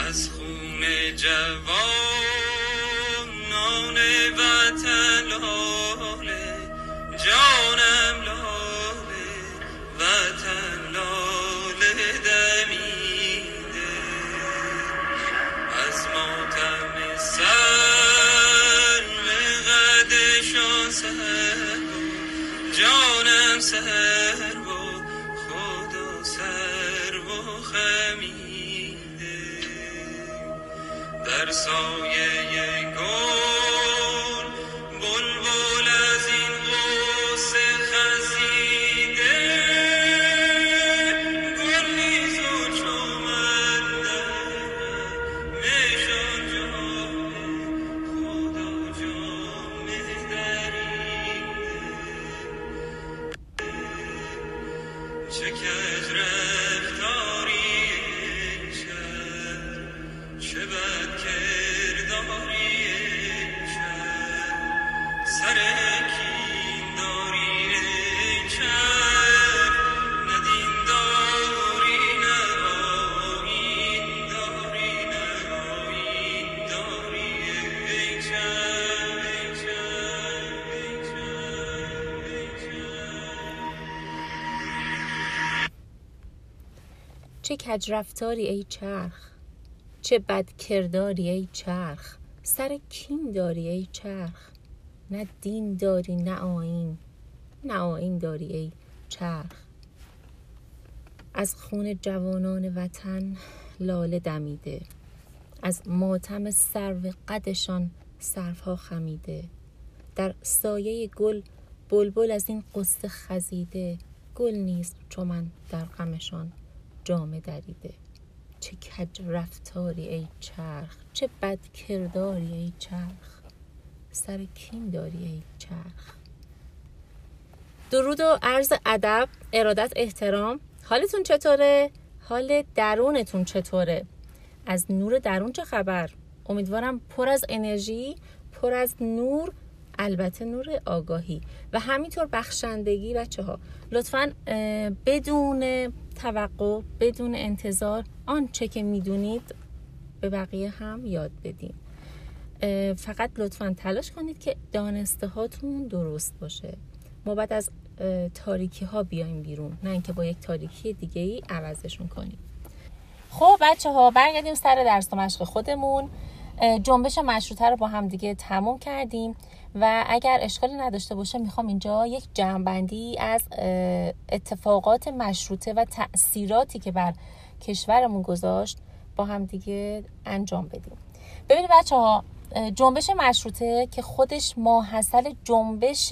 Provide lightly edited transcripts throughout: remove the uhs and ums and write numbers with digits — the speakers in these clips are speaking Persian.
از خون جوانان وطن لاله، جانم لاله، وطن لاله دمیده. از ماتم سر به قدشان سر و جانم سر و خدا سر و خمیده. در سایه گل بلبل از این غصه خزیده، گل نیز و چومن نشان جامه خدا جامه دریده. چه کج رفتاری این شهر، چه بد کرداری این شهر، سر کین داری این شهر، نه دین داری نه آیین داری نه آیین داری این شهر، این شهر، این شهر، این شهر. چه کج رفتاری ای چرخ، چه بد کرداری ای چرخ، سر کین داری ای چرخ، نه دین داری نه آیین، نه آیین داری ای چرخ. از خون جوانان وطن لاله دمیده، از ماتم سرو قدشان سرها خمیده. در سایه گل بلبل از این غصه خزیده، گل نیز چو من در غمشان جامه دریده. چه کج رفتاری ای چرخ، چه بد کرداری ای چرخ، سر کین داری ای چرخ. درود و عرض ادب، ارادت، احترام. حالتون چطوره؟ حال درونتون چطوره؟ از نور درون چه خبر؟ امیدوارم پر از انرژی، پر از نور، البته نور آگاهی و همینطور بخشندگی. بچه ها لطفاً بدون توقع، بدون انتظار، آنچه که میدونید به بقیه هم یاد بدین. فقط لطفاً تلاش کنید که دانسته هاتون درست باشه. ما بعد از تاریکی ها بیایم بیرون، نه اینکه با یک تاریکی دیگه ای عوضشون کنیم. خب بچه ها برگردیم سر درس و مشق خودمون. جنبش مشروطه رو با هم دیگه تموم کردیم و اگر اشکالی نداشته باشه میخوام اینجا یک جمع‌بندی از اتفاقات مشروطه و تأثیراتی که بر کشورمون گذاشت با هم دیگه انجام بدیم. ببینید بچه ها، جنبش مشروطه که خودش ماحصل جنبش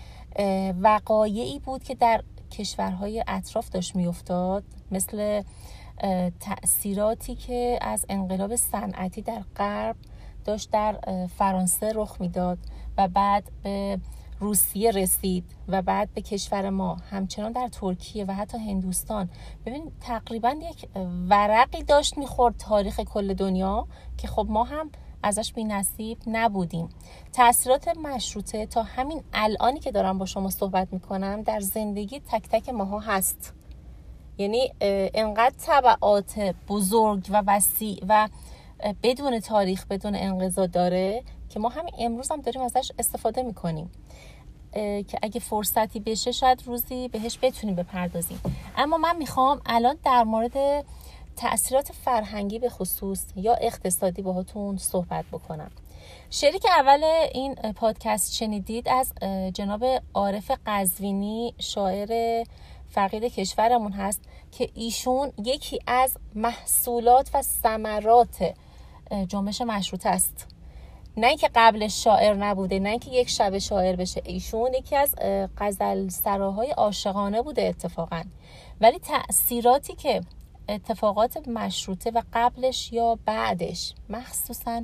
وقایعی بود که در کشورهای اطراف داشت میافتاد، مثل تأثیراتی که از انقلاب صنعتی در غرب داشت در فرانسه رخ میداد و بعد به روسیه رسید و بعد به کشور ما، همچنان در ترکیه و حتی هندوستان. ببینید تقریبا یک ورقی داشت میخورد تاریخ کل دنیا که خب ما هم ازش بی نصیب نبودیم. تأثیرات مشروطه تا همین الانی که دارم با شما صحبت میکنم در زندگی تک تک ماها هست. یعنی انقدر تبعات بزرگ و وسیع و بدون تاریخ، بدون انقضا داره که ما همین امروز هم داریم ازش استفاده میکنیم که اگه فرصتی بشه شاید روزی بهش بتونیم بپردازیم. اما من میخوام الان در مورد تأثیرات فرهنگی به خصوص یا اقتصادی باهاتون صحبت بکنم. شعری که اول این پادکست شنیدید از جناب عارف قزوینی، شاعر فقید کشورمون هست که ایشون یکی از محصولات و ثمرات جنبش مشروطه است. نه اینکه قبلش شاعر نبوده، نه اینکه یک شب شاعر بشه، ایشون یکی از غزل سراهای عاشقانه بوده اتفاقا. ولی تأثیراتی که اتفاقات مشروطه و قبلش یا بعدش، مخصوصا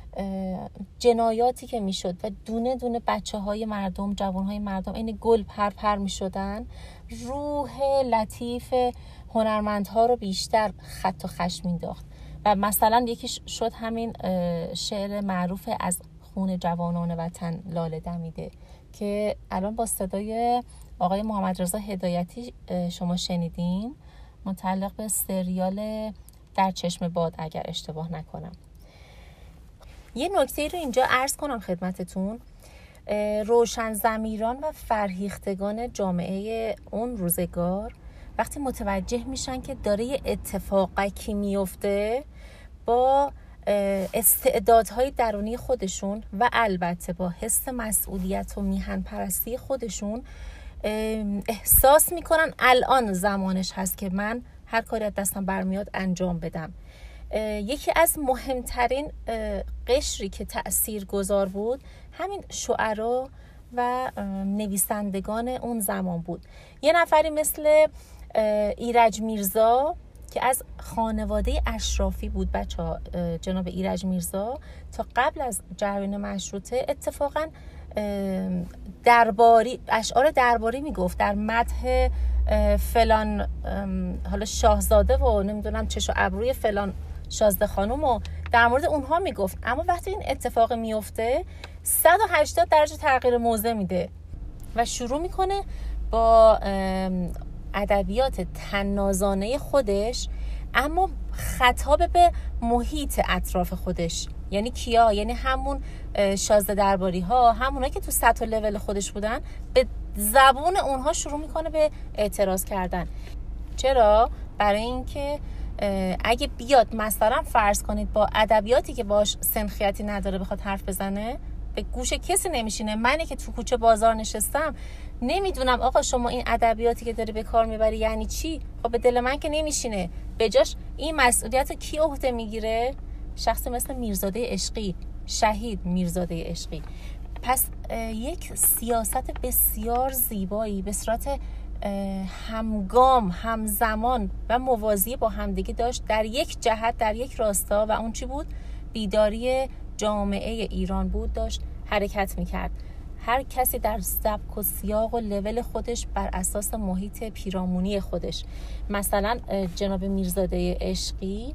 جنایاتی که میشد و دونه دونه بچه های مردم، جوان های مردم این گل پر میشدن، روح لطیف هنرمندها رو بیشتر خط و خش مینداخت. و مثلا یکی شد همین شعر معروف از خون جوانان وطن لاله دمیده که الان با صدای آقای محمد رضا هدایتی شما شنیدین، متعلق به سریال در چشم باد اگر اشتباه نکنم. یه نکته رو اینجا عرض کنم خدمتتون. روشن ضمیران و فرهیختگان جامعه اون روزگار وقتی متوجه میشن که داره یه اتفاقی میفته، با استعدادهای درونی خودشون و البته با حس مسئولیت و میهن پرستی خودشون احساس میکنن الان زمانش هست که من هر کاری از دستم برمیاد انجام بدم. یکی از مهمترین قشری که تأثیر گذار بود همین شعرا و نویسندگان اون زمان بود. یه نفری مثل ایرج میرزا که از خانواده اشرافی بود. بچه‌ها، جناب ایرج میرزا تا قبل از جریان مشروطه اتفاقاً اشعار درباری میگفت، در مدح فلان حالا شاهزاده و نمیدونم چش و ابروی فلان شازده خانم و در مورد اونها میگفت. اما وقتی این اتفاق میفته 180 درجه تغییر موضع میده و شروع میکنه با ادبیات طنازانه خودش، اما خطاب به محیط اطراف خودش. یعنی کیا؟ یعنی همون شازده درباری ها، همونا که تو سطح و لول خودش بودن، به زبون اونها شروع میکنه به اعتراض کردن. چرا؟ برای اینکه اگه بیاد مثلا فرض کنید با ادبیاتی که باش سنخیتی نداره بخواد حرف بزنه، به گوش کسی نمیشینه. منی که تو کوچه بازار نشستم نمیدونم آقا شما این ادبیاتی که داری به کار میبری یعنی چی؟ خب به دل من که نمیشینه. به جاش این مسئولیت رو کی عهده میگیره؟ شخصی مثل میرزاده عشقی، شهید میرزاده عشقی. پس یک سیاست بسیار زیبایی به صورت همگام، همزمان و موازی با همدیگه داشت در یک جهت، در یک راستا، و اون چی بود؟ بیداری جامعه ایران بود. داشت حرکت میکرد. هر کسی در سبک و سیاق و لول خودش بر اساس محیط پیرامونی خودش. مثلا جناب میرزاده عشقی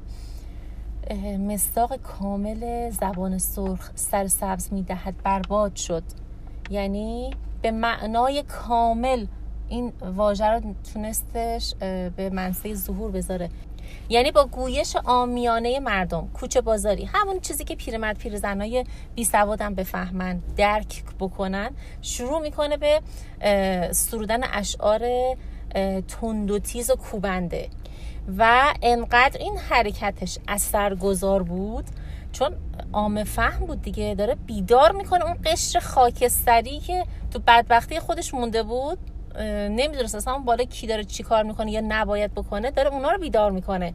مصداق کامل زبان سرخ سر سبز میدهد برباد شد. یعنی به معنای کامل این واژه رو تونستش به منصه ظهور بذاره. یعنی با گویش عامیانه مردم، کوچه بازاری، همون چیزی که پیرمرد پیرزنای بی سوادم بفهمن، درک بکنن، شروع میکنه به سرودن اشعار تند و تیز و کوبنده. و انقدر این حرکتش اثرگذار بود چون عامه فهم بود دیگه، داره بیدار میکنه اون قشر خاکستری که تو بدبختی خودش مونده بود، نمیدونست اصلا اون بالا کی داره چی کار میکنه یا نباید بکنه، داره اونا رو بیدار میکنه.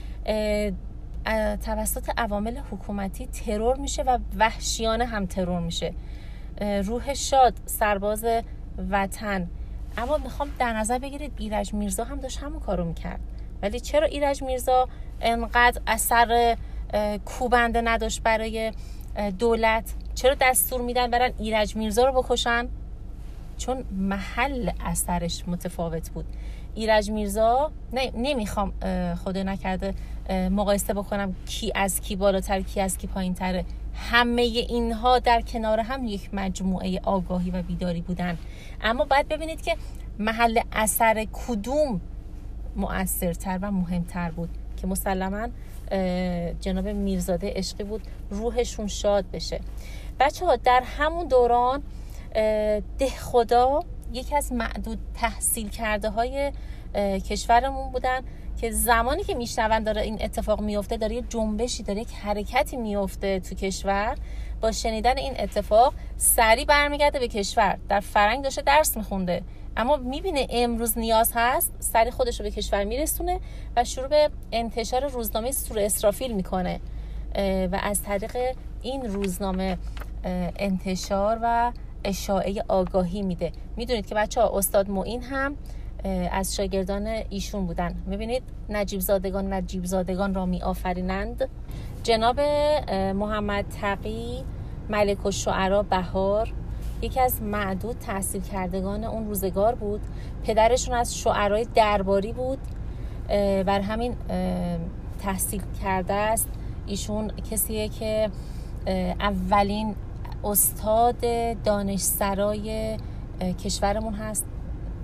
توسط عوامل حکومتی ترور میشه و وحشیانه هم ترور میشه. روح شاد، سرباز وطن. اما میخوام در نظر بگیرید ایرج میرزا هم داشت همون کارو میکرد. ولی چرا ایرج میرزا انقدر اثر کوبنده نداشت برای دولت؟ چرا دستور میدن برن ایرج میرزا رو بکشن؟ چون محل اثرش متفاوت بود. ایرج میرزا، نمیخوام خدا نکرده مقایسه بکنم کی از کی بالاتر کی از کی پایین تره، همه اینها در کنار هم یک مجموعه آگاهی و بیداری بودن. اما باید ببینید که محل اثر کدوم مؤثرتر و مهمتر بود، که مسلماً جناب میرزاده عشقی بود. روحشون شاد بشه. بچه‌ها در همون دوران دهخدا یکی از معدود تحصیل کرده های کشورمون بودن که زمانی که میشنون داره این اتفاق میفته، داره یه جنبشی، داره یک حرکتی میفته تو کشور، با شنیدن این اتفاق سریع برمیگرده به کشور. در فرنگ داشته درس میخونده اما میبینه امروز نیاز هست، سریع خودش رو به کشور میرسونه و شروع به انتشار روزنامه سور اسرافیل میکنه و از طریق این روزنامه انتشار و اشاعه آگاهی میده. میدونید که بچه‌ها استاد معین هم از شاگردان ایشون بودن. میبینید نجیب زادگان را می آفرینند. جناب محمد تقی ملک الشعرا بهار یکی از معدود تحصیل کردگان اون روزگار بود. پدرشون از شعرای درباری بود، بر همین تحصیل کرده است. ایشون کسیه که اولین استاد دانشسرای کشورمون هست.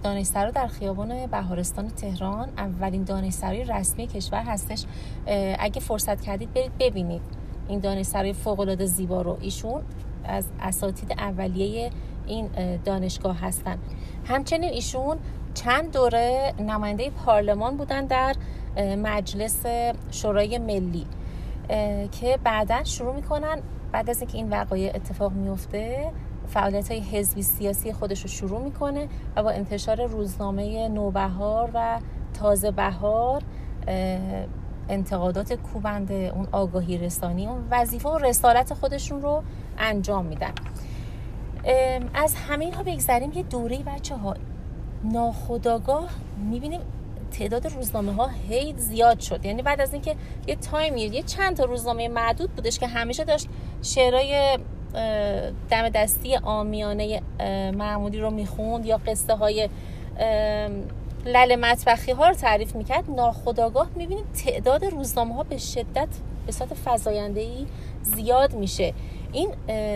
دانشسرا در خیابان بهارستان تهران، اولین دانشسرای رسمی کشور هستش. اگه فرصت کردید برید ببینید این دانشسرای فوق‌العاده زیبا رو. ایشون از اساتید اولیه این دانشگاه هستن. همچنین ایشون چند دوره نماینده پارلمان بودن در مجلس شورای ملی که بعداً شروع میکنن، بعد از اینکه این وقایع اتفاق میفته، فعالیت‌های حزبی سیاسی خودش رو شروع میکنه و با انتشار روزنامه نوبهار و تازه بهار انتقادات کوبنده، اون آگاهی رسانی، اون وظیفه و رسالت خودشون رو انجام میدن. از همین ها بگذاریم، یه دوره‌ای بچه‌ها ناخودآگاه میبینیم تعداد روزنامه ها هی زیاد شد. یعنی بعد از اینکه یه تایمی یه چند تا روزنامه معدود بودش که همیشه داشت شعرهای دم دستی عامیانه محمودی رو میخوند یا قصه های لله مطبخی ها رو تعریف میکرد، ناخودآگاه میبینیم تعداد روزنامه ها به شدت به صورت فزاینده‌ای زیاد میشه. این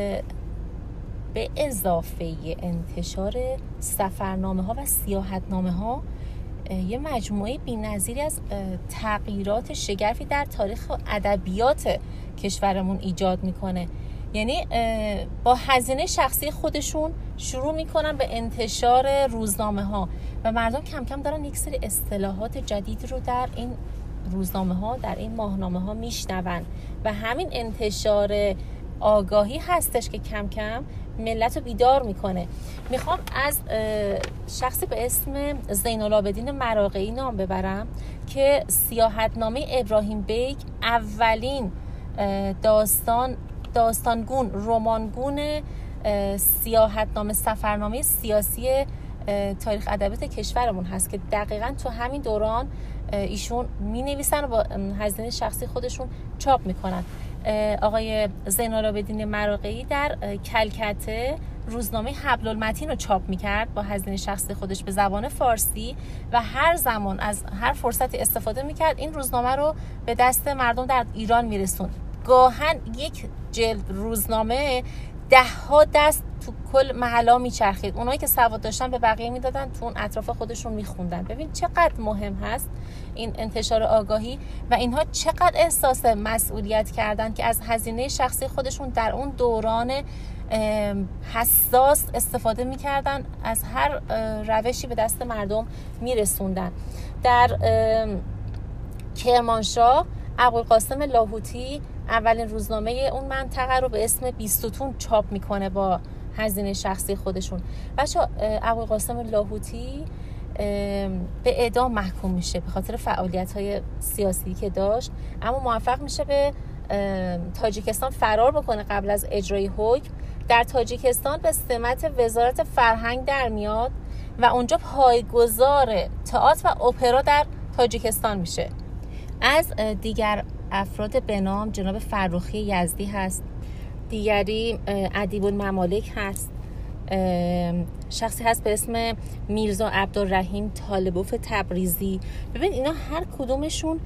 به اضافه انتشار سفرنامه ها و سیاحتنامه ها یه مجموعه بی‌نظیری از تغییرات شگرفی در تاریخ و ادبیات کشورمون ایجاد میکنه. یعنی با هزینه شخصی خودشون شروع میکنن به انتشار روزنامه ها و مردم کم کم دارن یک سری اصطلاحات جدید رو در این روزنامه ها، در این ماهنامه ها میشنون و همین انتشار آگاهی هستش که کم کم ملت رو بیدار میکنه. میخوام از شخصی به اسم زین‌العابدین مراغه‌ای نام ببرم که سیاحتنامه ابراهیم بیگ اولین داستانگون رمانگون سیاحتنامه سفرنامه سیاسی تاریخ ادبیات کشورمون هست که دقیقاً تو همین دوران ایشون می‌نویسن و با هزینه شخصی خودشون چاپ میکنن. آقای زین‌العابدین مراغه‌ای در کلکته روزنامه حبل المتین رو چاپ میکرد با هزینه شخصی خودش به زبان فارسی و هر زمان از هر فرصتی استفاده میکرد این روزنامه رو به دست مردم در ایران میرسوند. گاهن یک جلد روزنامه 10 دست تو کل محلا میچرخید. اونایی که سواد داشتن به بقیه میدادن، تو اون اطراف خودشون میخوندن. ببین چقدر مهم هست این انتشار آگاهی و اینها چقدر احساس مسئولیت کردن که از هزینه شخصی خودشون در اون دوران حساس استفاده میکردن، از هر روشی به دست مردم میرسوندن. در کرمانشاه ابوالقاسم لاهوتی اولین روزنامه اون منطقه رو به اسم بیستون چاپ میکنه با هزینه شخصی خودشون. بچه‌ها ابوالقاسم لاهوتی به اعدام محکوم میشه به خاطر فعالیت‌های سیاسی که داشت، اما موفق میشه به تاجیکستان فرار بکنه قبل از اجرای حکم. در تاجیکستان به سمت وزارت فرهنگ در میاد و اونجا پایه‌گذار تئاتر و اپرا در تاجیکستان میشه. از دیگر افراد به نام جناب فرخی یزدی هست، دیگری ادیب الممالک هست، شخصی هست به اسم میرزا عبدالرحیم طالبوف تبریزی. ببین اینا هر کدومشون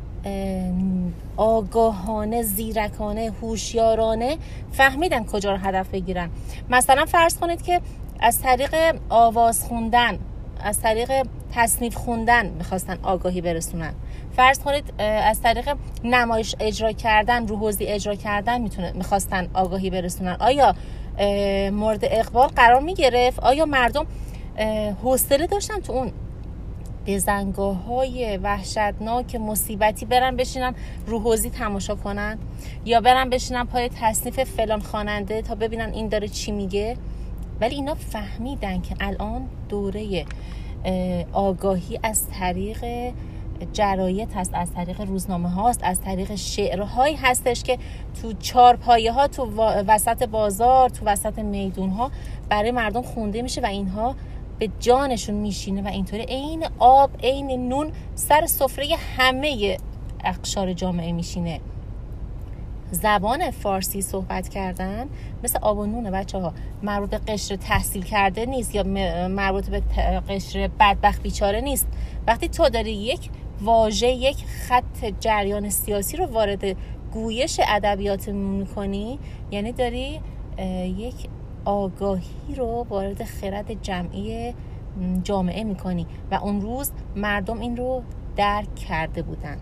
آگاهانه، زیرکانه، هوشیارانه فهمیدن کجا رو هدف بگیرن. مثلا فرض کنید که از طریق آواز خوندن، از طریق تصنیف خوندن میخواستن آگاهی برسونن. فرض کنید از طریق نمایش اجرا کردن، رو حوزی اجرا کردن میخواستن آگاهی برسونن. آیا مورد اقبال قرار میگرفت؟ آیا مردم حوصله داشتن تو اون بزنگاه‌های وحشتناک مصیبتی برن بشینن رو حوزی تماشا کنن یا برن بشینن پای تصنیف فلان خواننده تا ببینن این داره چی میگه؟ ولی اینا فهمیدن که الان دوره آگاهی از طریق جرایت هست، از طریق روزنامه هاست، از طریق شعرهایی هستش که تو چارپایه ها، تو وسط بازار، تو وسط میدون ها برای مردم خونده میشه و اینها به جانشون میشینه و اینطوری عین آب، عین نون سر سفره همه اقشار جامعه میشینه. زبان فارسی صحبت کردن مثل آب و نونه بچه‌ها، مربوط به قشر تحصیل کرده نیست یا مربوط به قشر بدبخت بیچاره نیست. وقتی تو داری یک واژه، یک خط جریان سیاسی رو وارد گویش ادبیات می‌کنی، یعنی داری یک آگاهی رو وارد خرد جمعی جامعه میکنی و اون روز مردم این رو درک کرده بودن.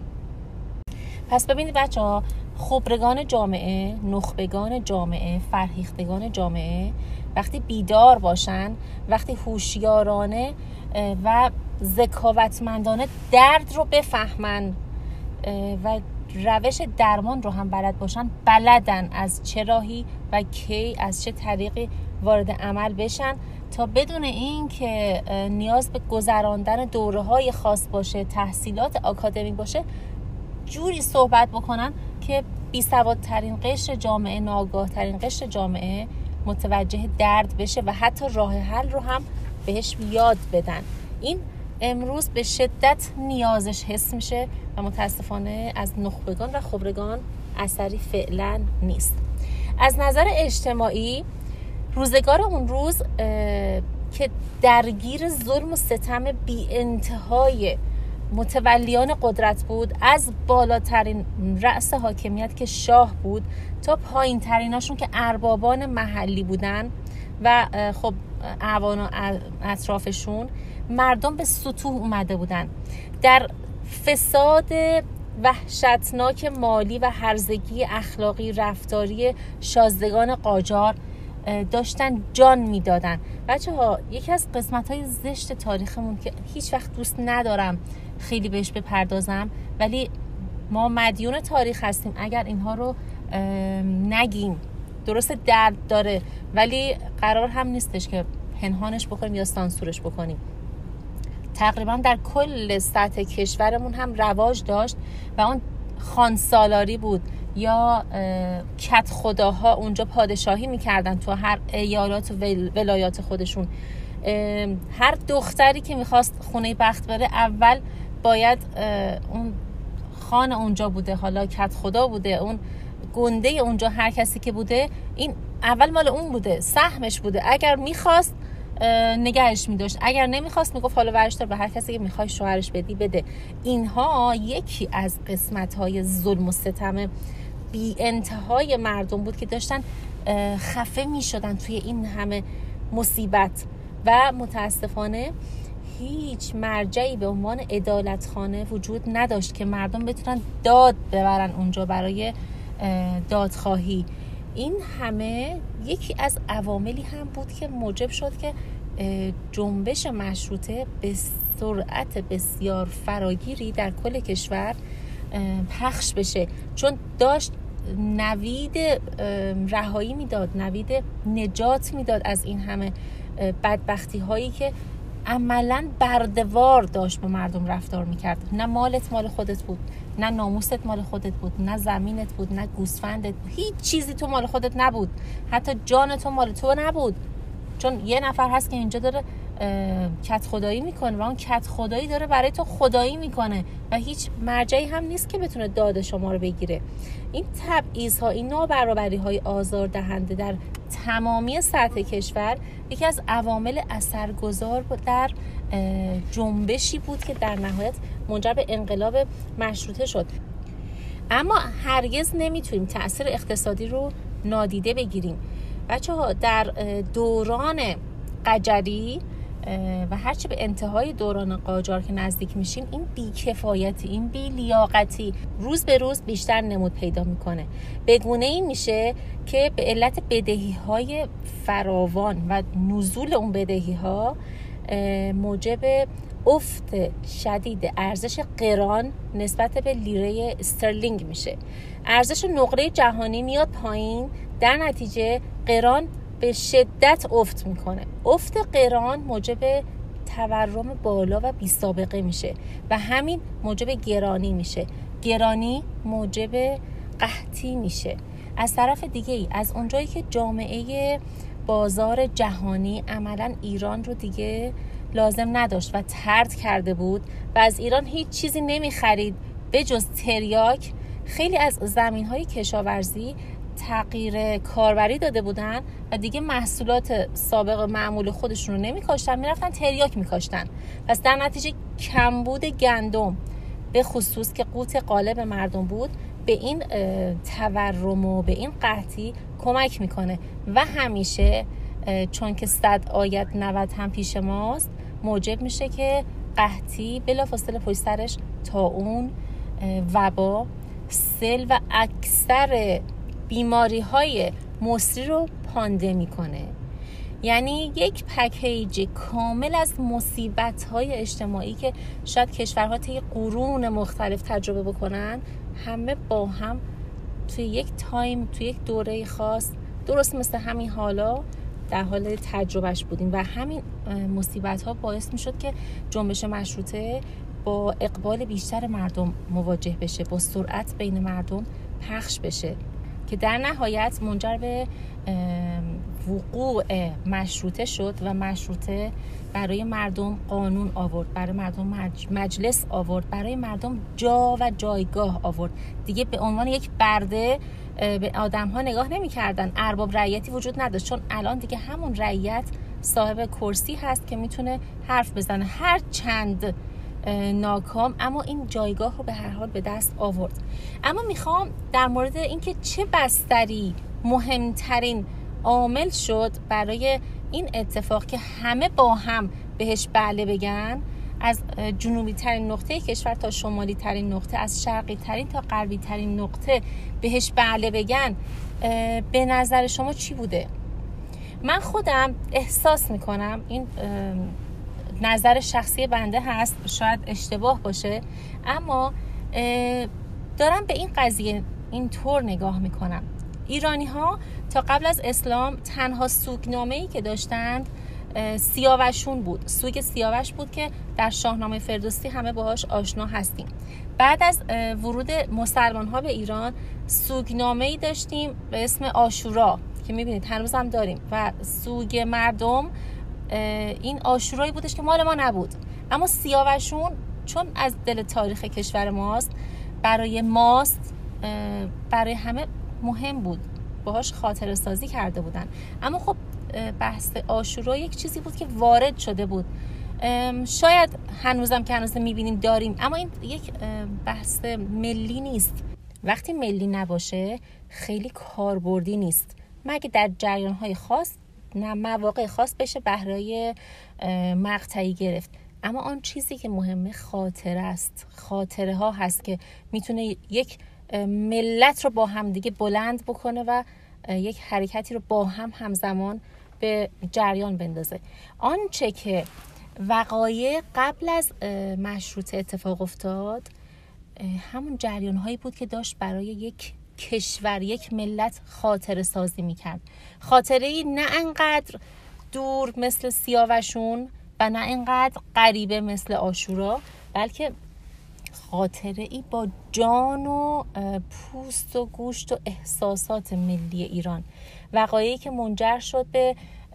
پس ببینید بچه ها، خبرگان جامعه، نخبگان جامعه، فرهیختگان جامعه وقتی بیدار باشن، وقتی هوشیارانه و ذکاوتمندانه درد رو بفهمن و روش درمان رو هم بلد باشن، بلدن از چه راهی و کی از چه طریقی وارد عمل بشن تا بدون این که نیاز به گذراندن دوره‌های خاص باشه، تحصیلات آکادمیک باشه، جوری صحبت بکنن که بی‌سوادترین قشر جامعه، ناآگاه‌ترین قشر جامعه متوجه درد بشه و حتی راه حل رو هم بهش یاد بدن. این امروز به شدت نیازش حس میشه و متاسفانه از نخبگان و خبرگان اثری فعلا نیست. از نظر اجتماعی، روزگار اون روز که درگیر ظلم و ستم بی انتهای متولیان قدرت بود، از بالاترین رأس حاکمیت که شاه بود تا پایین تریناشون که اربابان محلی بودن و خب اعوان و اطرافشون، مردم به سطوح اومده بودن. در فساد وحشتناک مالی و هرزگی اخلاقی رفتاری شازدگان قاجار داشتن جان میدادن. بچه ها، یکی از قسمت های زشت تاریخمون که هیچ وقت دوست ندارم خیلی بهش بپردازم، ولی ما مدیون تاریخ هستیم اگر اینها رو نگیم. درست درد داره ولی قرار هم نیستش که پنهانش بکنیم یا سانسورش بکنیم. تقریبا در کل سطح کشورمون هم رواج داشت و اون خانسالاری بود یا کت خداها اونجا پادشاهی میکردن تو هر ایالات و ولایات خودشون. هر دختری که میخواست خونه بخت بره اول باید اون خان اونجا بوده، حالا کت خدا بوده، اون گنده اونجا هر کسی که بوده، این اول مال اون بوده، سهمش بوده. اگر میخواست نگهش میداشت، اگر نمیخواست میگفت حالا ورش دار به هر کسی که میخوای شوهرش بدی بده. اینها یکی از قسمت‌های ظلم و ستم بی انتهای مردم بود که داشتن خفه میشدن توی این همه مصیبت و متاسفانه هیچ مرجعی به عنوان عدالتخانه وجود نداشت که مردم بتونن داد ببرن اونجا برای دادخواهی. این همه یکی از عواملی هم بود که موجب شد که جنبش مشروطه به سرعت بسیار فراگیری در کل کشور پخش بشه، چون داشت نوید رهایی میداد، نوید نجات میداد از این همه بدبختی هایی که عملاً برده‌وار داشت با مردم رفتار میکرد. نه مالت مال خودت بود، نه ناموست مال خودت بود، نه زمینت بود، نه گوسفندت بود، هیچ چیزی تو مال خودت نبود، حتی جان تو مال تو نبود. چون یه نفر هست که اینجا داره کت خدایی میکنه و اون کت خدایی داره برای تو خدایی میکنه و هیچ مرجعی هم نیست که بتونه داد شما رو بگیره. این تبعیض‌ها، این نابرابری‌های آزاردهنده در تمامی سطح کشور یکی از عوامل اثرگذار در جنبشی بود که در نهایت منجر به انقلاب مشروطه شد. اما هرگز نمیتونیم تأثیر اقتصادی رو نادیده بگیریم. بچه‌ها، در دوران قجری و هرچی به انتهای دوران قاجار که نزدیک میشیم، این بیکفایتی، این بی‌لیاقتی روز به روز بیشتر نمود پیدا میکنه. به گونه‌ای میشه که به علت بدهی‌های فراوان و نزول اون بدهی‌ها موجب افت شدید ارزش قران نسبت به لیره استرلینگ میشه. ارزش نقره جهانی میاد پایین، در نتیجه قران به شدت افت میکنه. افت قران موجب تورم بالا و بی سابقه میشه و همین موجب گرانی میشه. گرانی موجب قحطی میشه. از طرف دیگه ای، از اونجایی که جامعه بازار جهانی عملاً ایران رو دیگه لازم نداشت و طرد کرده بود و از ایران هیچ چیزی نمیخرید به جز تریاک، خیلی از زمین‌های کشاورزی تغییر کاربری داده بودن و دیگه محصولات سابق معمول خودشون رو نمی‌کاشتن، میرفتن تریاک می‌کاشتن. پس در نتیجه کمبود گندم به خصوص که قوت غالب مردم بود به این تورم و به این قحطی کمک میکنه و همیشه چون که 100 آید 90 هم پیش ماست، موجب میشه که قحطی، بلافاصله پشت سرش طاعون، وبا، سیل و اکثر بیماری‌های مسری رو پاندمی کنه. یعنی یک پکیج کامل از مصیبت‌های اجتماعی که شاید کشورها طی قرون مختلف تجربه بکنن، همه با هم توی یک تایم، توی یک دوره خاص، درست مثل همین حالا در حال تجربهش بودیم و همین مصیبت‌ها باعث می‌شد که جنبش مشروطه با اقبال بیشتر مردم مواجه بشه، با سرعت بین مردم پخش بشه که در نهایت منجر به وقوع مشروطه شد و مشروطه برای مردم قانون آورد، برای مردم مجلس آورد، برای مردم جا و جایگاه آورد. دیگه به عنوان یک برده به آدم ها نگاه نمی کردن، ارباب رعیتی وجود نداشت، چون الان دیگه همون رعیت صاحب کرسی هست که میتونه حرف بزنه، هر چند ناکام، اما این جایگاه رو به هر حال به دست آورد. اما میخوام در مورد اینکه چه بستری مهمترین عامل شد برای این اتفاق که همه با هم بهش بله بگن، از جنوبی ترین نقطه کشور تا شمالی ترین نقطه، از شرقی ترین تا غربی ترین نقطه بهش بله بگن، به نظر شما چی بوده؟ من خودم احساس میکنم، این نظر شخصی بنده هست، شاید اشتباه باشه، اما دارم به این قضیه اینطور نگاه میکنم. ایرانی ها تا قبل از اسلام تنها سوگنامه‌ای که داشتند سیاوشون بود. سوگ سیاوش بود که در شاهنامه فردوسی همه باهاش آشنا هستیم. بعد از ورود مسلمان ها به ایران سوگنامه‌ای داشتیم به اسم عاشورا که میبینید هنوز هم داریم و سوگ مردم این عاشورایی بودش که مال ما نبود، اما سیاوشون چون از دل تاریخ کشور ماست، برای ماست، برای همه مهم بود، باهاش خاطره سازی کرده بودن. اما خب بحث عاشورا یک چیزی بود که وارد شده بود، شاید هنوزم که هنوز میبینیم داریم، اما این یک بحث ملی نیست. وقتی ملی نباشه خیلی کاربردی نیست، مگه در جریان‌های خاص، نه مواقع خاص بشه بهره مقطعی گرفت. اما آن چیزی که مهمه خاطره است، خاطره ها هست که میتونه یک ملت رو با هم دیگه بلند بکنه و یک حرکتی رو با هم همزمان به جریان بندازه. آنچه که وقایع قبل از مشروطه اتفاق افتاد همون جریان هایی بود که داشت برای یک کشور، یک ملت خاطره سازی میکرد. خاطره‌ای نه انقدر دور مثل سیاوشون و نه انقدر غریبه مثل عاشورا، بلکه خاطره‌ای با جان و پوست و گوشت و احساسات ملی ایران. وقایعی که منجر شد به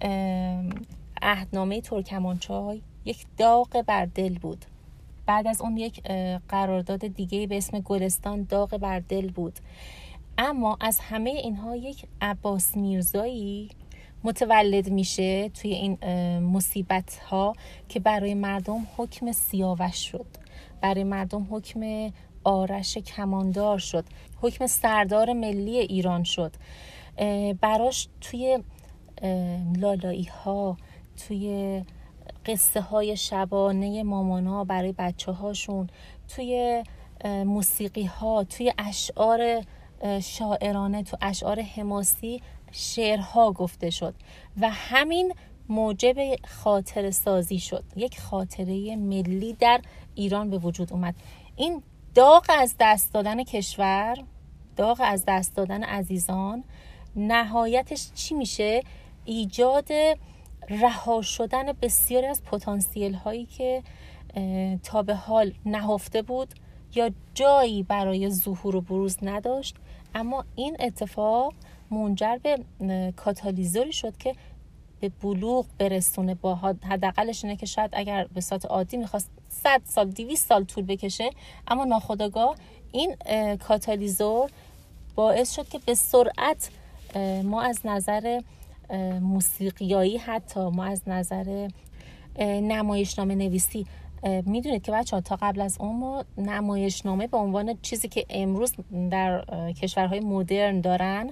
عهدنامه ترکمانچای یک داغ بر دل بود. بعد از اون یک قرارداد دیگه به اسم گلستان داغ بر دل بود. اما از همه اینها یک عباس میرزایی متولد میشه توی این مصیبت ها که برای مردم حکم سیاوش شد، برای مردم حکم آرش کماندار شد، حکم سردار ملی ایران شد. براش توی لالایی ها، توی قصه های شبانه مامانا برای بچه هاشون، توی موسیقی ها، توی اشعار شاعرانه، تو اشعار حماسی شعرها گفته شد و همین موجب خاطره سازی شد. یک خاطره ملی در ایران به وجود اومد. این داغ از دست دادن کشور، داغ از دست دادن عزیزان، نهایتش چی میشه؟ ایجاد رها شدن بسیاری از پتانسیل هایی که تا به حال نهفته بود یا جایی برای ظهور و بروز نداشت. اما این اتفاق منجر به کاتالیزوری شد که به بلوغ برسونه. با حداقلش اینه که شاید اگر به صورت عادی میخواست 100 سال 200 سال طول بکشه، اما ناخودآگاه این کاتالیزور باعث شد که به سرعت ما از نظر موسیقیایی، حتی ما از نظر نمایشنامه نویسی، میدونید که بچه‌ها تا قبل از اون ما نمایشنامه به عنوان چیزی که امروز در کشورهای مدرن دارن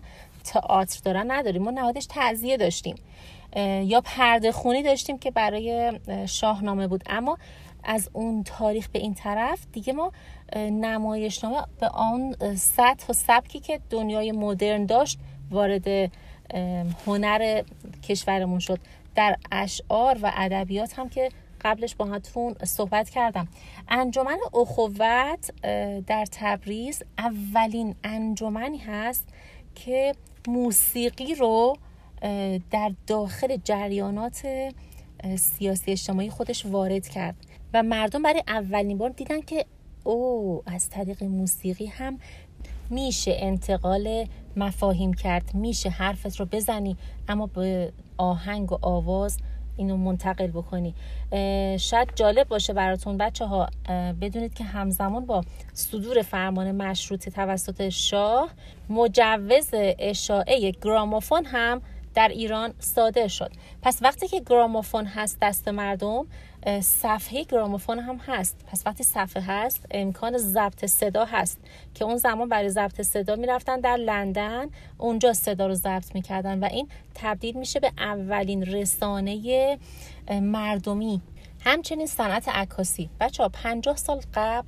تئاتر دارن نداریم، ما نهایتش تعزیه داشتیم یا پرده خونی داشتیم که برای شاهنامه بود. اما از اون تاریخ به این طرف دیگه ما نمایشنامه به آن سطح و سبکی که دنیای مدرن داشت وارد هنر کشورمون شد. در اشعار و ادبیات هم که قبلش با هاتون صحبت کردم، انجمن اخوت در تبریز اولین انجمنی هست که موسیقی رو در داخل جریانات سیاسی اجتماعی خودش وارد کرد و مردم برای اولین بار دیدن که از طریق موسیقی هم میشه انتقال مفاهیم کرد، میشه حرفت رو بزنی اما به آهنگ و آواز اینو منتقل بکنی. شاید جالب باشه براتون بچه ها بدونید که همزمان با صدور فرمان مشروطه توسط شاه مجوز اشاعه گرامافون هم در ایران صادر شد. پس وقتی که گرامافون هست دست مردم، صفحه گرامافون هم هست. پس وقتی صفحه هست امکان ضبط صدا هست که اون زمان برای ضبط صدا میرفتن در لندن، اونجا صدا رو ضبط میکردن و این تبدیل میشه به اولین رسانه مردمی. همچنین صنعت عکاسی. بچه‌ها 50 سال قبل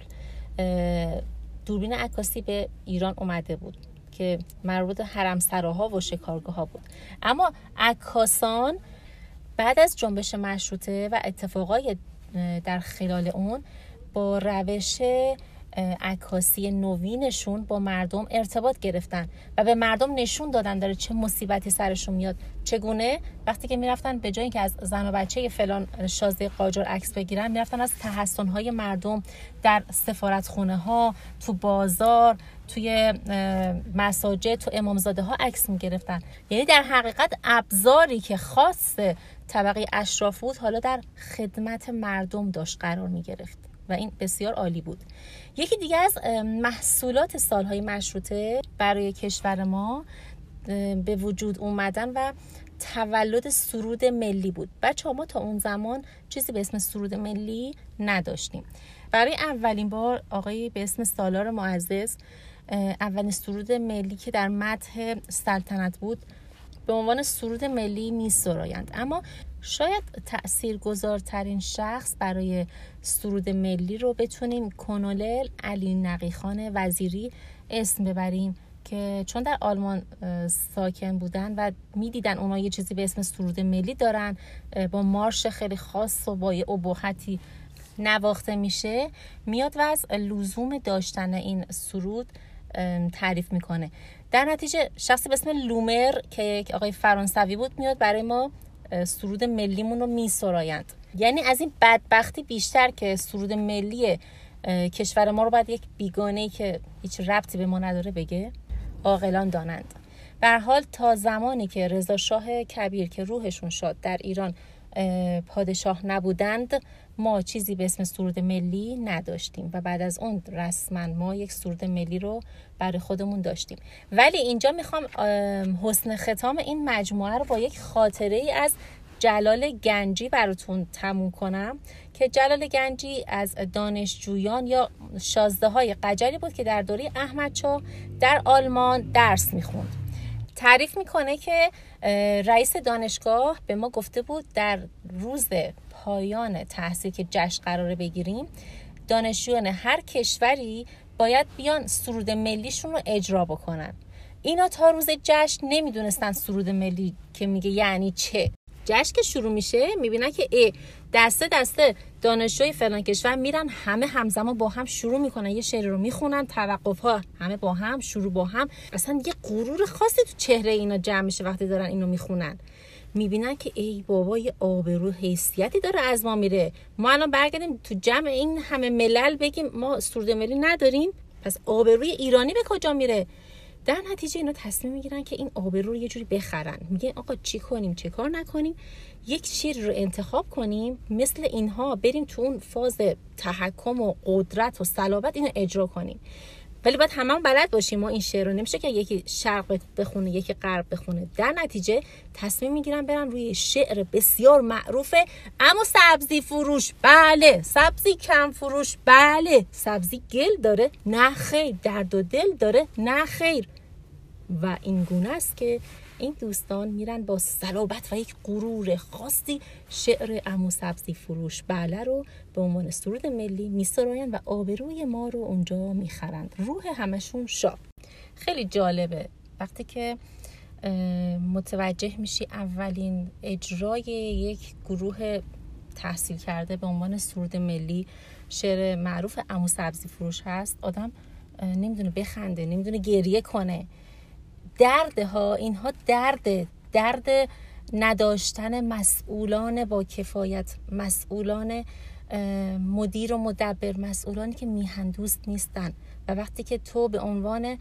دوربین عکاسی به ایران اومده بود که مربوط حرمسراها و شکارگاه ها بود، اما عکاسان بعد از جنبش مشروطه و اتفاقای در خلال اون با روش عکاسی نوینشون با مردم ارتباط گرفتن و به مردم نشون دادن داره چه مصیبتی سرشون میاد. چگونه؟ وقتی که میرفتن به جای اینکه از زن و بچه فلان شازده قاجار عکس بگیرن، میرفتن از تحسن‌های مردم در سفارتخونه ها، تو بازار، توی مساجد، تو امامزاده ها عکس میگرفتن. یعنی در حقیقت ابزاری که خاص طبقه اشراف بود حالا در خدمت مردم داشت قرار میگرفت و این بسیار عالی بود. یکی دیگه از محصولات سالهای مشروطه برای کشور ما به وجود اومدن و تولد سرود ملی بود. بچه‌ها ما تا اون زمان چیزی به اسم سرود ملی نداشتیم. برای اولین بار آقای به اسم سالار معزز اولین سرود ملی که در مدح سلطنت بود به عنوان سرود ملی می‌سرایند. اما شاید تأثیرگذارترین شخص برای سرود ملی رو بتونیم کنولل علی نقیخان وزیری اسم ببریم که چون در آلمان ساکن بودن و میدیدن اونا یه چیزی به اسم سرود ملی دارن با مارش خیلی خاص و با یه ابهتی نواخته میشه، میاد و از لزوم داشتن این سرود تعریف میکنه. در نتیجه شخصی به اسم لومر که آقای فرانسوی بود میاد برای ما سرود ملیمون رو میسرایند. یعنی از این بدبختی بیشتر که سرود ملی کشور ما رو باید یک بیگانه‌ای که هیچ ربطی به ما نداره بگه، عاقلان دانند. به هر حال تا زمانی که رضا شاه کبیر که روحشون شاد در ایران پادشاه نبودند ما چیزی به اسم سرود ملی نداشتیم و بعد از اون رسما ما یک سرود ملی رو برای خودمون داشتیم. ولی اینجا میخوام حسن ختام این مجموعه رو با یک خاطره ای از جلال گنجی براتون تموم کنم که جلال گنجی از دانشجویان یا شازده های قجری بود که در دوره احمدشاه در آلمان درس میخوند. تعریف میکنه که رئیس دانشگاه به ما گفته بود در روز پایان تحصیل که جشن قراره بگیریم دانشجویان هر کشوری باید بیان سرود ملیشون رو اجرا بکنن. اینا تا روز جشن نمیدونستن سرود ملی که میگه یعنی چه. جشن که شروع میشه میبینن که دسته دسته دانشجوی فلان کشور میرن همه همزمان با هم شروع میکنن یه شعر رو میخونن، توقف ها همه با هم، شروع با هم. اصلا یه غرور خاصی تو چهره اینا جمع میشه وقتی دارن اینو میخونن. میبینن که ای بابا یه آبرو حیثیتی داره از ما میره. ما الان برگردیم تو جمع این همه ملل بگیم ما سرود ملی نداریم، پس آبروی ایرانی به کجا میره؟ در نتیجه اینا تصمیم میگیرن که این آبرو رو یه جوری بخرن. میگن آقا چی کنیم چه کار نکنیم، یک شعر رو انتخاب کنیم مثل اینها بریم تو اون فاز تحکم و قدرت و صلابت اینو اجرا کنیم. ولی باید همون بلد باشیم. ما این شعر رو نمیشه که یکی شرق بخونه یکی غرب بخونه. در نتیجه تصمیم میگیرن برن روی شعر بسیار معروفه اما سبزی فروش بله، سبزی کم فروش بله، سبزی گل داره نه خیر، درد و دل داره نه خیر. و این گونه است که این دوستان میرن با صلابت و یک غرور خاصی شعر عمو سبزی فروش بله رو به عنوان سرود ملی میسراین و آبروی ما رو اونجا میخرند. روح همشون شاد. خیلی جالبه وقتی که متوجه میشی اولین اجرای یک گروه تحصیل کرده به عنوان سرود ملی شعر معروف عمو سبزی فروش هست. آدم نمیدونه بخنده، نمیدونه گریه کنه. اینها درد نداشتن مسئولان با کفایت، مسئولان مدیر و مدبر، مسئولانی که میهندوست نیستن. و وقتی که تو به عنوان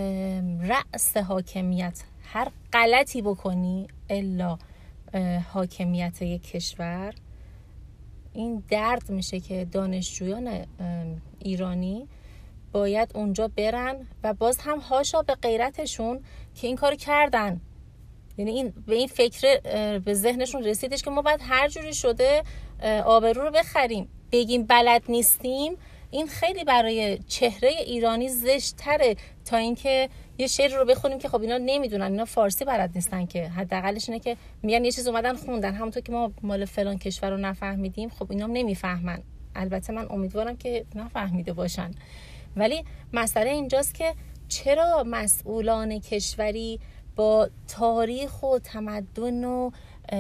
رأس حاکمیت هر غلطی بکنی الا حاکمیت یک کشور، این درد میشه که دانشجویان ایرانی باید اونجا برن و باز هم هاشا به غیرتشون که این کارو کردن. یعنی این به این فکر به ذهنشون رسیدش که ما باید هر جوری شده آبرو رو بخریم، بگیم بلد نیستیم. این خیلی برای چهره ایرانی زشت‌تره تا اینکه یه شعر رو بخونیم که خب اینا نمیدونن، اینا فارسی بلد نیستن، که حداقلش اینه که میگن یه چیز اومدن خوندن، همونطور که ما مال فلان کشور رو نفهمیدیم، خب اینا نمیفهمن. البته من امیدوارم که نفهمیده باشن. ولی مسئله اینجاست که چرا مسئولان کشوری با تاریخ و تمدن و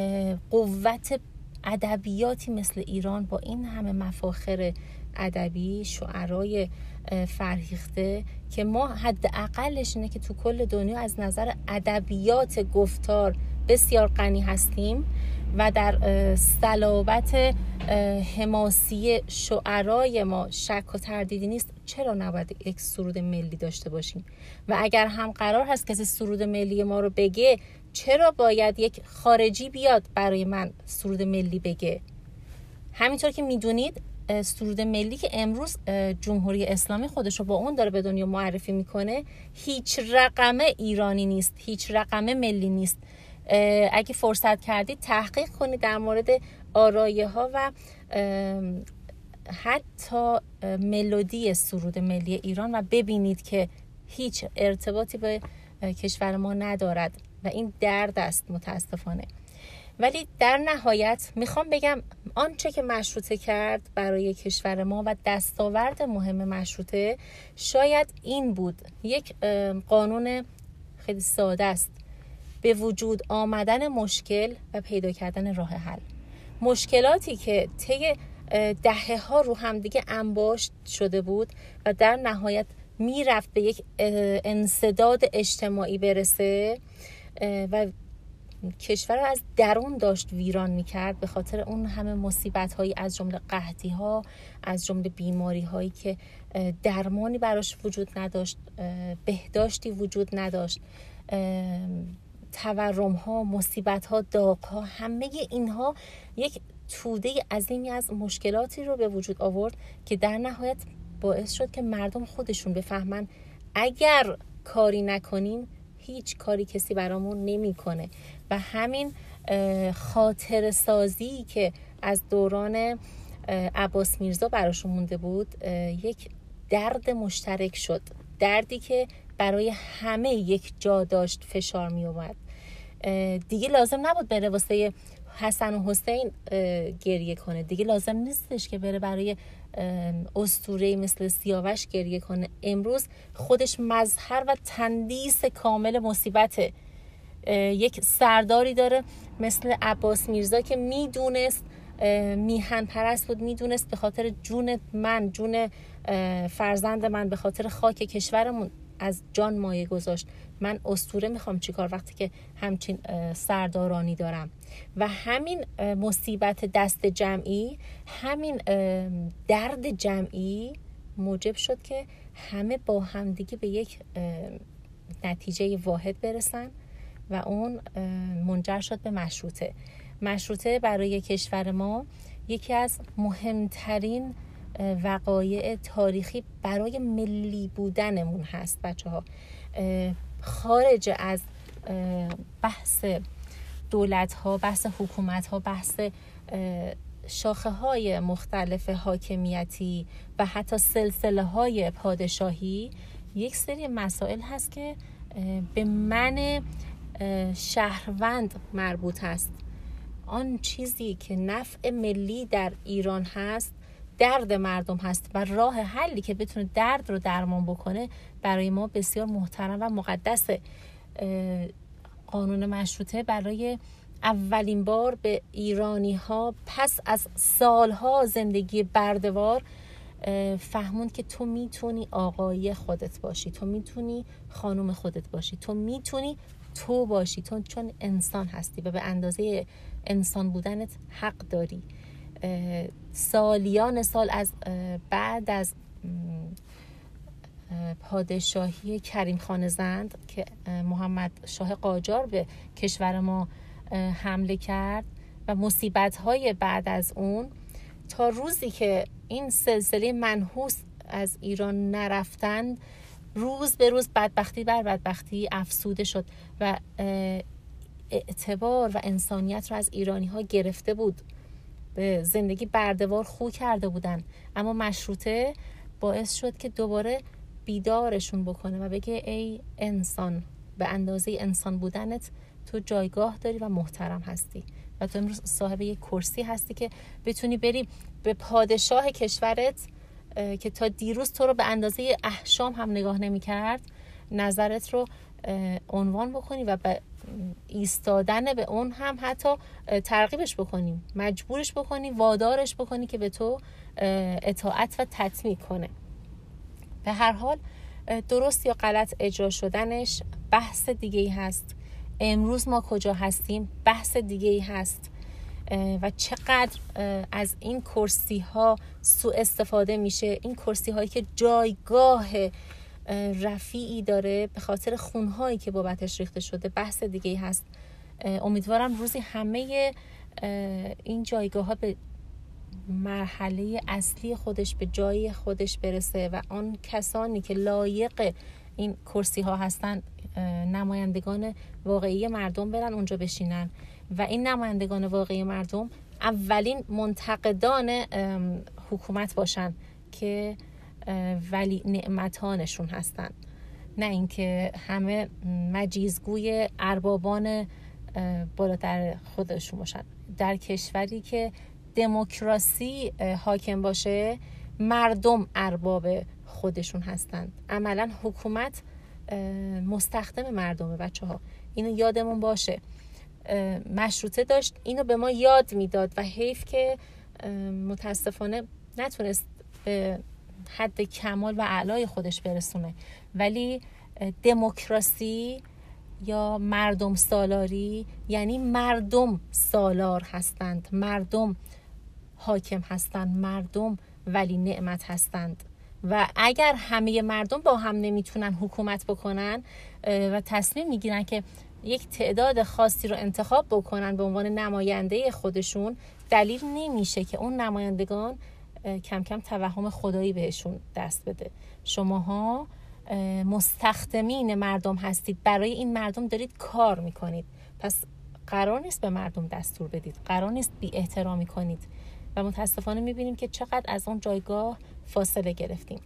قوت ادبیاتی مثل ایران، با این همه مفاخر ادبی، شعرای فرهیخته که ما حداقلش اینه که تو کل دنیا از نظر ادبیات گفتار بسیار غنی هستیم و در صلابت حماسی شعرای ما شک و تردیدی نیست، چرا نباید یک سرود ملی داشته باشیم؟ و اگر هم قرار هست کسی سرود ملی ما رو بگه، چرا باید یک خارجی بیاد برای من سرود ملی بگه؟ همینطور که میدونید سرود ملی که امروز جمهوری اسلامی خودش رو با اون داره به دنیا معرفی میکنه، هیچ رقمه ایرانی نیست، هیچ رقمه ملی نیست. اگه فرصت کردید تحقیق کنید در مورد آرایه ها و حتی ملودی سرود ملی ایران و ببینید که هیچ ارتباطی به کشور ما ندارد و این درد است متاسفانه. ولی در نهایت میخوام بگم آنچه که مشروطه کرد برای کشور ما و دستاورد مهم مشروطه شاید این بود، یک قانون خیلی ساده است، به وجود آمدن مشکل و پیدا کردن راه حل. مشکلاتی که طی دهه‌ها رو هم دیگه انباشت شده بود و در نهایت میرفت به یک انسداد اجتماعی برسه و کشور رو از درون داشت ویران میکرد به خاطر اون همه مصیبت هایی، از جمله قحطی ها، از جمله بیماری هایی که درمانی براش وجود نداشت، بهداشتی وجود نداشت، تورم ها، مصیبت ها، داغ ها، همه اینها یک توده عظیمی از مشکلاتی رو به وجود آورد که در نهایت باعث شد که مردم خودشون بفهمن اگر کاری نکنیم هیچ کاری کسی برامون نمیکنه. و همین خاطر سازی که از دوران عباس میرزا براشون مونده بود یک درد مشترک شد، دردی که برای همه یک جا داشت فشار می اومد. دیگه لازم نبود بره واسه حسن و حسین گریه کنه، دیگه لازم نیستش که بره برای اسطوره‌ای مثل سیاوش گریه کنه. امروز خودش مظهر و تندیس کامل مصیبته. یک سرداری داره مثل عباس میرزا که میدونست میهن پرست بود، میدونست به خاطر جون من، جون فرزند من، به خاطر خاک کشورمون از جان مایه گذاشت. من اسطوره میخوام چیکار وقتی که همچین سردارانی دارم؟ و همین مصیبت دست جمعی، همین درد جمعی موجب شد که همه با همدیگه به یک نتیجه واحد برسن و اون منجر شد به مشروطه. مشروطه برای کشور ما یکی از مهمترین وقایع تاریخی برای ملی بودنمون هست. بچه ها خارج از بحث دولت ها، بحث حکومت ها، بحث شاخه های مختلف حاکمیتی و حتی سلسله های پادشاهی، یک سری مسائل هست که به من شهروند مربوط است. آن چیزی که نفع ملی در ایران هست درد مردم هست و راه حلی که بتونه درد رو درمان بکنه برای ما بسیار محترم و مقدسه. قانون مشروطه برای اولین بار به ایرانی ها پس از سالها زندگی برده‌وار فهموند که تو میتونی آقای خودت باشی، تو میتونی خانم خودت باشی، تو میتونی تو باشی، تو چون انسان هستی و به اندازه انسان بودنت حق داری. سالیان سال از بعد از پادشاهی کریم خان زند که محمد شاه قاجار به کشور ما حمله کرد و مصیبت‌های بعد از اون تا روزی که این سلسله منحوس از ایران نرفتند، روز به روز بدبختی بر بدبختی افزوده شد و اعتبار و انسانیت رو از ایرانی ها گرفته بود. به زندگی برده‌وار خو کرده بودن، اما مشروطه باعث شد که دوباره بیدارشون بکنه و بگه ای انسان، به اندازه انسان بودنت تو جایگاه داری و محترم هستی و تو امروز صاحب یک کرسی هستی که بتونی بری به پادشاه کشورت که تا دیروز تو رو به اندازه احشام هم نگاه نمی کرد نظرت رو عنوان بکنی و به ایستادن به اون هم حتی ترغیبش بکنی، مجبورش بکنی، وادارش بکنی که به تو اطاعت و تطمیع کنه. به هر حال درست یا غلط اجرا شدنش بحث دیگه‌ای هست. امروز ما کجا هستیم بحث دیگه‌ای هست و چقدر از این کرسی ها سوء استفاده میشه. این کرسی هایی که جایگاه رفیعی داره به خاطر خونهایی که بابتش ریخته شده بحث دیگه‌ای هست. امیدوارم روزی همه این جایگاه ها به مرحله اصلی خودش به جای خودش برسه و آن کسانی که لایق این کرسی ها هستن نمایندگان واقعی مردم برن اونجا بشینن و این نمایندگان واقعی مردم اولین منتقدان حکومت باشن که ولی نعمتانشون هستن، نه اینکه همه مجیزگوی اربابان بالاتر خودشون باشن. در کشوری که دموکراسی حاکم باشه مردم ارباب خودشون هستند. عملا حکومت مستخدم مردمه. بچه ها اینو یادمون باشه. مشروطه داشت اینو به ما یاد میداد و حیف که متاسفانه نتونست به حد کمال و اعلای خودش برسونه. ولی دموکراسی یا مردم سالاری یعنی مردم سالار هستند، مردم حاکم هستند، مردم ولی نعمت هستند و اگر همه مردم با هم نمیتونن حکومت بکنن و تصمیم میگیرن که یک تعداد خاصی رو انتخاب بکنن به عنوان نماینده خودشون، دلیل نمیشه که اون نمایندگان کم کم توهم خدایی بهشون دست بده. شماها مستخدمین مردم هستید، برای این مردم دارید کار میکنید، پس قرار نیست به مردم دستور بدید، قرار نیست بی احترامی کنید و متاسفانه میبینیم که چقدر از اون جایگاه فاصله گرفتیم.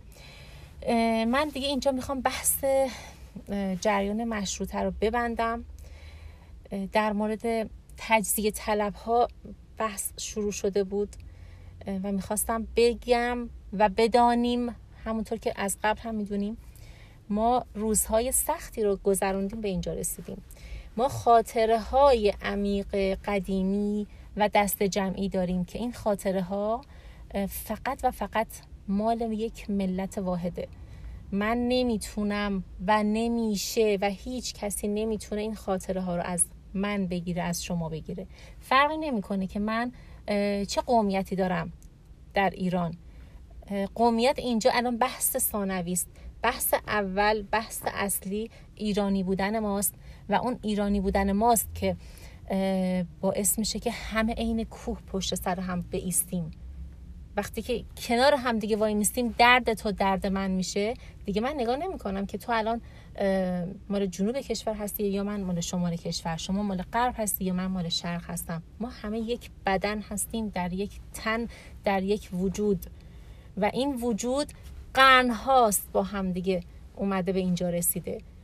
من دیگه اینجا میخوام بحث جریان مشروطه رو ببندم. در مورد تجزیه طلب ها بحث شروع شده بود و میخواستم بگم و بدانیم، همونطور که از قبل هم میدونیم، ما روزهای سختی رو گذروندیم به اینجا رسیدیم. ما خاطره های عمیق قدیمی و دست جمعی داریم که این خاطره ها فقط و فقط مال یک ملت واحده. من نمیتونم و نمیشه و هیچ کسی نمیتونه این خاطره ها رو از من بگیره، از شما بگیره. فرقی نمیکنه که من چه قومیتی دارم در ایران. قومیت اینجا الان بحث ثانوی است. بحث اول، بحث اصلی ایرانی بودن ماست و اون ایرانی بودن ماست که باعث میشه که همه عین کوه پشت سر هم بایستیم. وقتی که کنار هم دیگه وای میستیم درد تو درد من میشه، دیگه من نگاه نمی کنم که تو الان مال جنوب کشور هستی یا من مال شمال کشور، شما مال غرب هستی یا من مال شرق هستم. ما همه یک بدن هستیم، در یک تن، در یک وجود و این وجود قرن هاست با هم دیگه اومده به اینجا رسیده.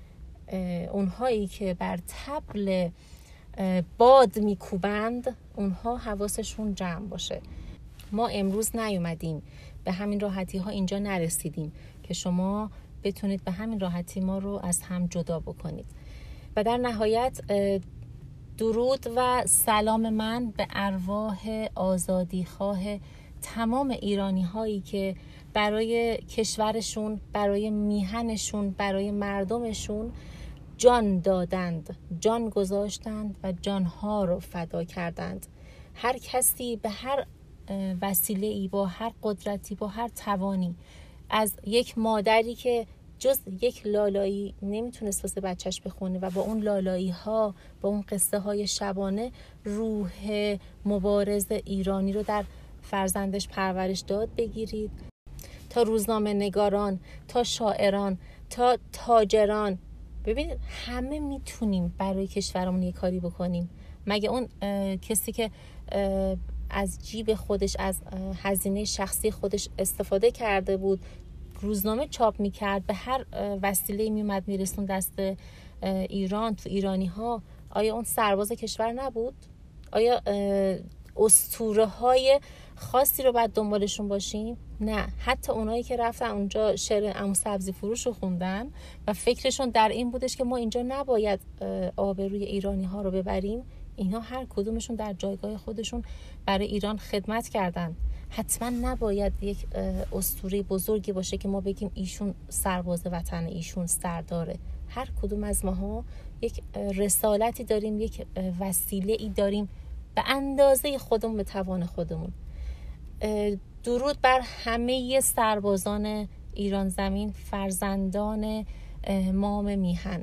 اونهایی که بر طبل باد میکوبند اونها حواسشون جمع باشه. ما امروز نیومدیم به همین راحتی ها اینجا نرسیدیم که شما بتونید به همین راحتی ما رو از هم جدا بکنید. و در نهایت درود و سلام من به ارواح آزادیخواه تمام ایرانی هایی که برای کشورشون، برای میهنشون، برای مردمشون جان دادند، جان گذاشتند و جانها رو فدا کردند. هر کسی به هر وسیله‌ای، با هر قدرتی، با هر توانی، از یک مادری که جز یک لالایی نمیتونست واسه بچهش بخونه و با اون لالایی ها، با اون قصه های شبانه روح مبارز ایرانی رو در فرزندش پرورش داد بگیرید، تا روزنامه نگاران، تا شاعران، تا تاجران. ببینید همه میتونیم برای کشورمون یه کاری بکنیم. مگه اون کسی که از جیب خودش، از هزینه شخصی خودش استفاده کرده بود، روزنامه چاپ میکرد، به هر وسیله میومد میرسون دست ایران، تو ایرانی ها، آیا اون سرباز کشور نبود؟ آیا اسطوره های خاصی رو باید دنبالشون باشیم؟ نه، حتی اونایی که رفتن اونجا شعر عمو سبزی فروش رو خوندن و فکرشون در این بودش که ما اینجا نباید آبروی ایرانی ها رو ببریم، اینا هر کدومشون در جایگاه خودشون برای ایران خدمت کردن. حتما نباید یک اسطوره بزرگی باشه که ما بگیم ایشون سرباز وطن، ایشون سرداره. هر کدوم از ماها یک رسالتی داریم، یک وسیله‌ای داریم به اندازه خودمون، به توان خودمون. درود بر همه سربازان ایران زمین، فرزندان مام میهن.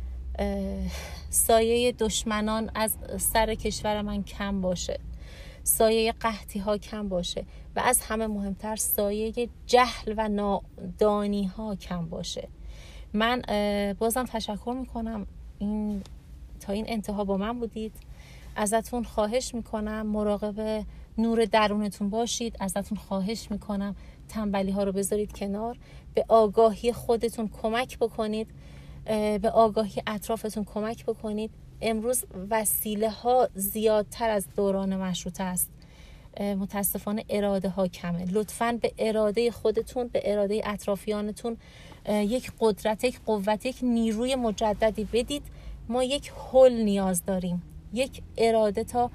سایه دشمنان از سر کشور من کم باشه، سایه قحطی ها کم باشه و از همه مهمتر سایه جهل و نادانی ها کم باشه. من بازم تشکر میکنم تا این انتها با من بودید. ازتون خواهش میکنم مراقب نور درونتون باشید. ازتون خواهش میکنم تنبلی ها رو بذارید کنار، به آگاهی خودتون کمک بکنید، به آگاهی اطرافتون کمک بکنید. امروز وسیله ها زیادتر از دوران مشروطه است. متاسفانه اراده ها کمه. لطفاً به اراده خودتون، به اراده اطرافیانتون یک قدرت، یک قوت، یک نیروی مجددی بدید. ما یک حل نیاز داریم، یک اراده تا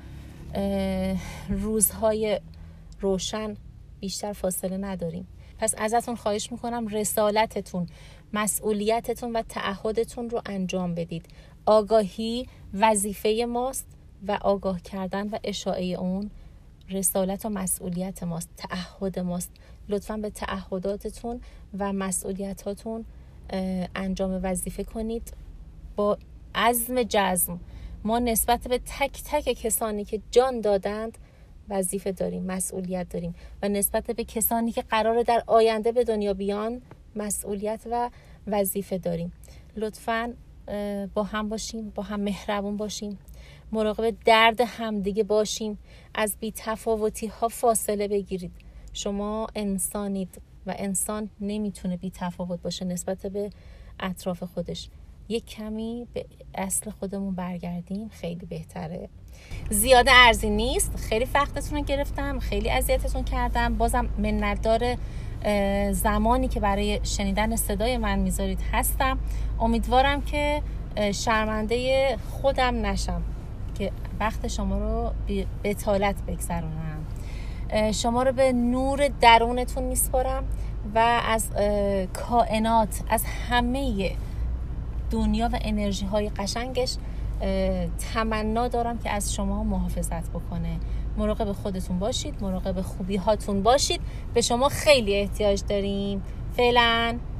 روزهای روشن بیشتر فاصله نداریم. پس ازتون خواهش میکنم رسالتتون، مسئولیتتون و تعهدتون رو انجام بدید. آگاهی وظیفه ماست و آگاه کردن و اشاعه اون رسالت و مسئولیت ماست، تعهد ماست. لطفاً به تعهداتتون و مسئولیتاتون انجام وظیفه کنید با عزم جزم. ما نسبت به تک تک کسانی که جان دادند وظیفه داریم، مسئولیت داریم و نسبت به کسانی که قراره در آینده به دنیا بیان مسئولیت و وظیفه داریم. لطفاً با هم باشیم، با هم مهربون باشیم، مراقب درد همدیگه باشیم، از بی‌تفاوتی ها فاصله بگیرید. شما انسانید و انسان نمیتونه بی‌تفاوت باشه نسبت به اطراف خودش. یک کمی به اصل خودمون برگردیم، خیلی بهتره. زیاده عرضی نیست. خیلی وقتتون رو گرفتم، خیلی اذیتتون کردم. بازم منتدار زمانی که برای شنیدن صدای من میذارید هستم. امیدوارم که شرمنده خودم نشم که وقت شما رو به بتالت بگذرونم. شما رو به نور درونتون میسپارم و از کائنات، از همه دنیا و انرژی های قشنگش تمنا دارم که از شما محافظت بکنه. مراقب خودتون باشید، مراقب خوبی هاتون باشید. به شما خیلی احتیاج داریم. فعلا